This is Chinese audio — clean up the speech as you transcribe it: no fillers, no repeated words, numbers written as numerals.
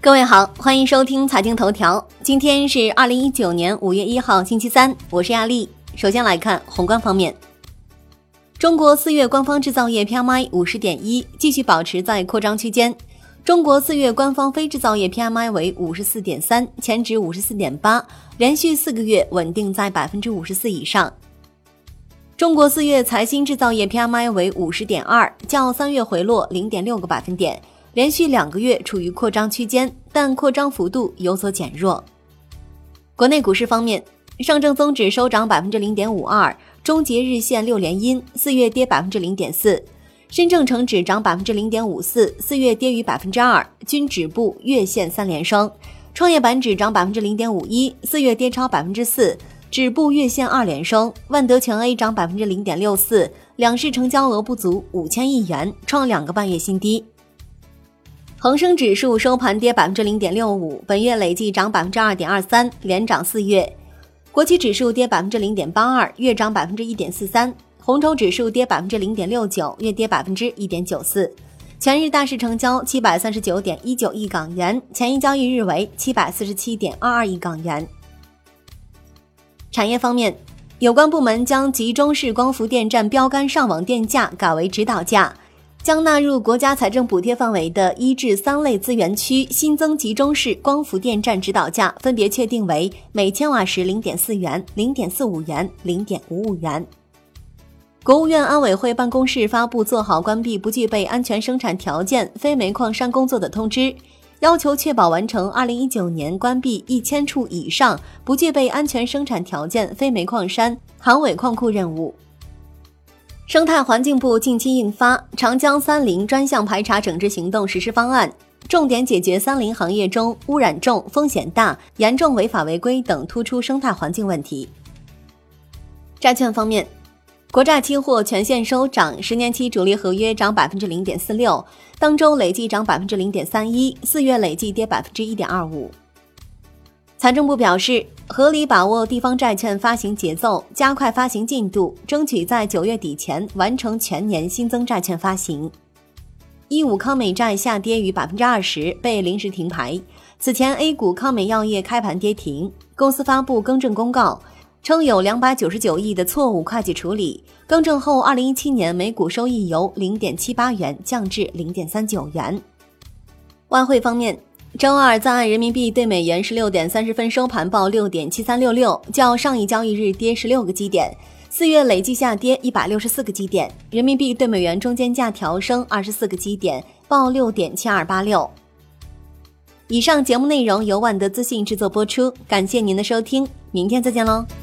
各位好，欢迎收听财经头条。今天是2019年5月1号星期三，我是亚丽。首先来看宏观方面，中国4月官方制造业 PMI 50.1 继续保持在扩张区间，中国4月官方非制造业 PMI 为 54.3， 前值 54.8， 连续4个月稳定在 54% 以上。中国4月财新制造业 PMI 为 50.2， 较3月回落 0.6 个百分点，连续2个月处于扩张区间，但扩张幅度有所减弱。国内股市方面，上证综指收涨 0.52%， 终结日线6连阴，4月跌 0.4%， 深证成指涨 0.54%， 4月跌逾 2%， 均止步月线3连升。创业板指涨 0.51%， 4月跌超 4%， 止步月线2连升。万德全 A 涨 0.64%， 两市成交额不足5000亿元，创2个半月新低。恒生指数收盘跌 0.65%， 本月累计涨 2.23%， 连涨4月。国企指数跌 0.82%， 月涨 1.43%， 红筹指数跌 0.69%， 月跌 1.94%。全日大市成交 739.19 亿港元，前一交易日为 747.22 亿港元。产业方面，有关部门将集中式光伏电站标杆上网电价改为指导价，将纳入国家财政补贴范围的1至3类资源区新增集中式光伏电站指导价分别确定为每千瓦时 0.4 元、0.45 元、0.55元。国务院安委会办公室发布做好关闭不具备安全生产条件非煤矿山工作的通知，要求确保完成2019年关闭1000处以上不具备安全生产条件非煤矿山航尾矿库任务。生态环境部近期印发《长江三林专项排查整治行动实施方案》，重点解决三林行业中污染重、风险大、严重违法违规等突出生态环境问题。债券方面，国债期货全线收涨，10年期主力合约涨 0.46%， 当周累计涨 0.31%， 4月累计跌 1.25%。财政部表示，合理把握地方债券发行节奏，加快发行进度，争取在9月底前完成全年新增债券发行。15康美债下跌逾 20%， 被临时停牌。此前 A 股康美药业开盘跌停，公司发布更正公告，称有299亿的错误会计处理，更正后2017年每股收益由 0.78 元降至 0.39 元。外汇方面，周二在岸人民币对美元16点30分收盘报 6.7366， 较上一交易日跌16个基点，4月累计下跌164个基点，人民币对美元中间价调升24个基点，报 6.7286。 以上节目内容由万德资讯制作播出，感谢您的收听，明天再见喽。